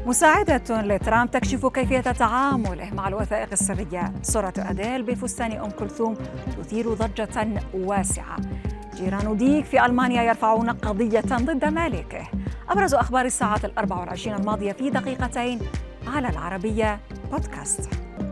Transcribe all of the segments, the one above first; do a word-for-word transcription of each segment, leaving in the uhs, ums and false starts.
مساعدة لترامب تكشف كيفية تعامله مع الوثائق السرية. صورة أديل بفستان أم كلثوم تثير ضجة واسعة. جيران ديك في ألمانيا يرفعون قضية ضد مالكه. أبرز أخبار الساعات الأربع والعشرين الماضية في دقيقتين على العربية بودكاست.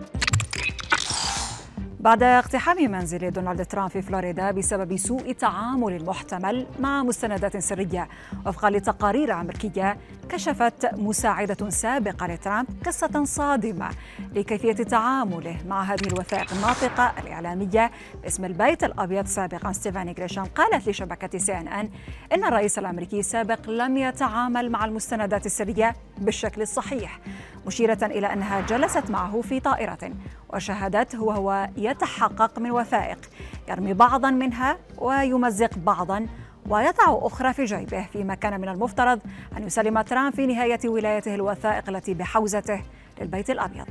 بعد اقتحام منزل دونالد ترامب في فلوريدا بسبب سوء تعامل محتمل مع مستندات سرية، وفقا لتقارير أمريكية كشفت مساعدة سابقة لترامب قصة صادمة لكيفية تعامله مع هذه الوثائق الناطقة الإعلامية باسم البيت الأبيض سابقا. ستيفاني غريشام قالت لشبكة سي إن إن إن الرئيس الأمريكي السابق لم يتعامل مع المستندات السرية بالشكل الصحيح، مشيرة إلى أنها جلست معه في طائرة وشاهدته وهو يتحقق من وثائق، يرمي بعضا منها ويمزق بعضا ويضع أخرى في جيبه، فيما كان من المفترض أن يسلم ترامب في نهاية ولايته الوثائق التي بحوزته للبيت الأبيض.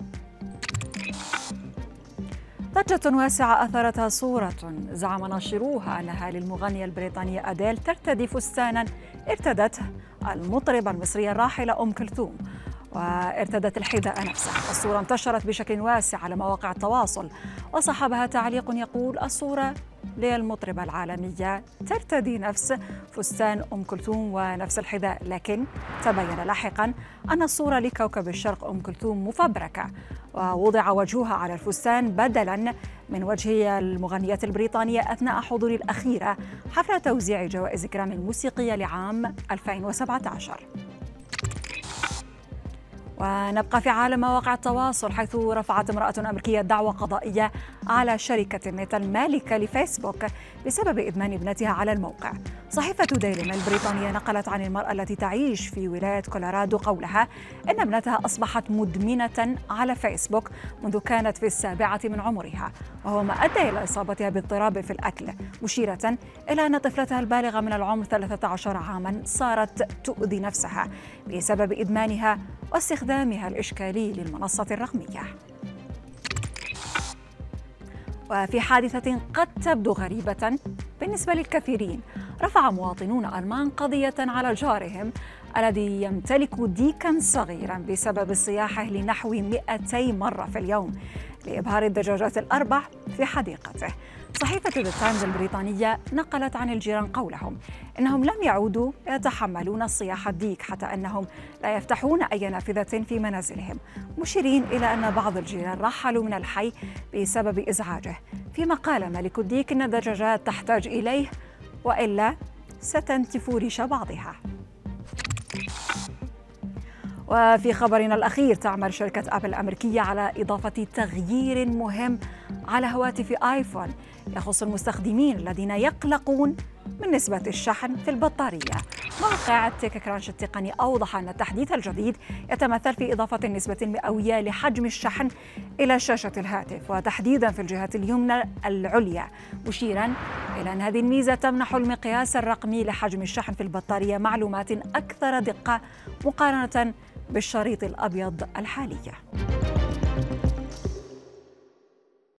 ضجة واسعة أثرتها صورة زعم ناشروها أنها للمغنية البريطانية أديل ترتدي فستانا ارتدته المطربة المصرية الراحلة أم كلثوم، وارتدت الحذاء نفسه. الصورة انتشرت بشكل واسع على مواقع التواصل وصاحبها تعليق يقول: الصورة للمطربة العالمية ترتدي نفس فستان أم كلثوم ونفس الحذاء، لكن تبين لاحقا أن الصورة لكوكب الشرق أم كلثوم مفبركة، ووضع وجهها على الفستان بدلا من وجه المغنية البريطانية أثناء حضور الأخيرة حفل توزيع جوائز جرامي الموسيقية لعام ألفين وسبعة عشر. ونبقى في عالم مواقع التواصل، حيث رفعت امرأة أمريكية دعوى قضائية على شركة ميتا المالكة لفيسبوك بسبب إدمان ابنتها على الموقع. صحيفة ديلي ميل البريطانية نقلت عن المرأة التي تعيش في ولاية كولورادو قولها إن ابنتها أصبحت مدمنة على فيسبوك منذ كانت في السابعة من عمرها، وهو ما أدى إلى إصابتها باضطراب في الأكل، مشيرة إلى أن طفلتها البالغة من العمر ثلاثة عشر عاما صارت تؤذي نفسها بسبب إدمانها واستخدامها الإشكالي للمنصة الرقمية. وفي حادثة قد تبدو غريبة بالنسبة للكثيرين، رفع مواطنون ألمان قضية على جارهم الذي يمتلك ديكا صغيرا بسبب صياحه لنحو مئتي مرة في اليوم لإبهار الدجاجات الأربع في حديقته. صحيفة ذا تايمز البريطانية نقلت عن الجيران قولهم إنهم لم يعودوا يتحملون صياح الديك، حتى أنهم لا يفتحون أي نافذة في منازلهم، مشيرين إلى أن بعض الجيران رحلوا من الحي بسبب إزعاجه، فيما قال ملك الديك إن الدجاجات تحتاج إليه وإلا ستنتف ريش بعضها. وفي خبرنا الأخير، تعمل شركة أبل الأمريكية على إضافة تغيير مهم على هواتف آيفون يخص المستخدمين الذين يقلقون من نسبة الشحن في البطارية. موقع تيك كرانش التقني أوضح أن التحديث الجديد يتمثل في إضافة النسبة المئوية لحجم الشحن إلى شاشة الهاتف، وتحديدا في الجهة اليمنى العليا، مشيرا إلى أن هذه الميزة تمنح المقياس الرقمي لحجم الشحن في البطارية معلومات أكثر دقة مقارنة بالشريط الأبيض الحالي.